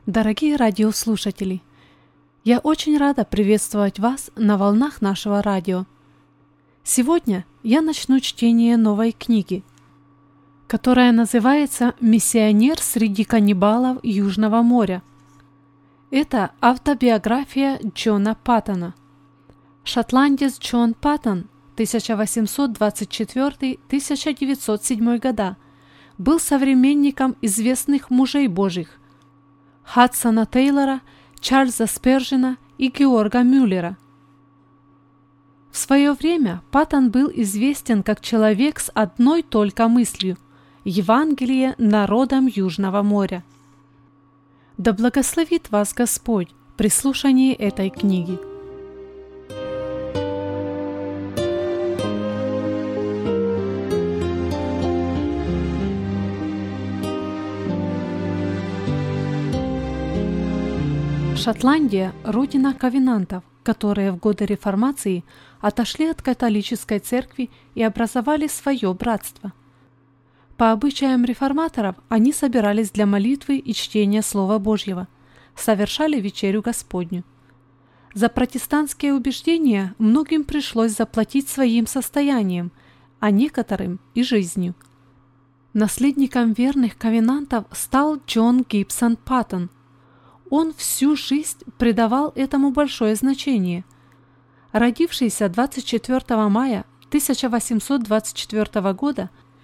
Дорогие радиослушатели, я очень рада приветствовать вас на волнах нашего радио. Сегодня я начну чтение новой книги, которая называется «Миссионер среди каннибалов Южного моря». Это автобиография Джона Паттона. Шотландец Джон Паттон 1824-1907 года был современником известных мужей Божьих Хадсона Тейлора, Чарльза Спержена и Георга Мюллера. В свое время Паттон был известен как человек с одной только мыслью – Евангелие народам Южного моря. Да благословит вас Господь при слушании этой книги. Шотландия – родина ковенантов, которые в годы реформации отошли от католической церкви и образовали свое братство. По обычаям реформаторов они собирались для молитвы и чтения Слова Божьего, совершали вечерю Господню. За протестантские убеждения многим пришлось заплатить своим состоянием, а некоторым и жизнью. Наследником верных ковенантов стал Джон Гибсон Паттон. Он всю жизнь придавал этому большое значение. Родившийся 24 мая 1824 года,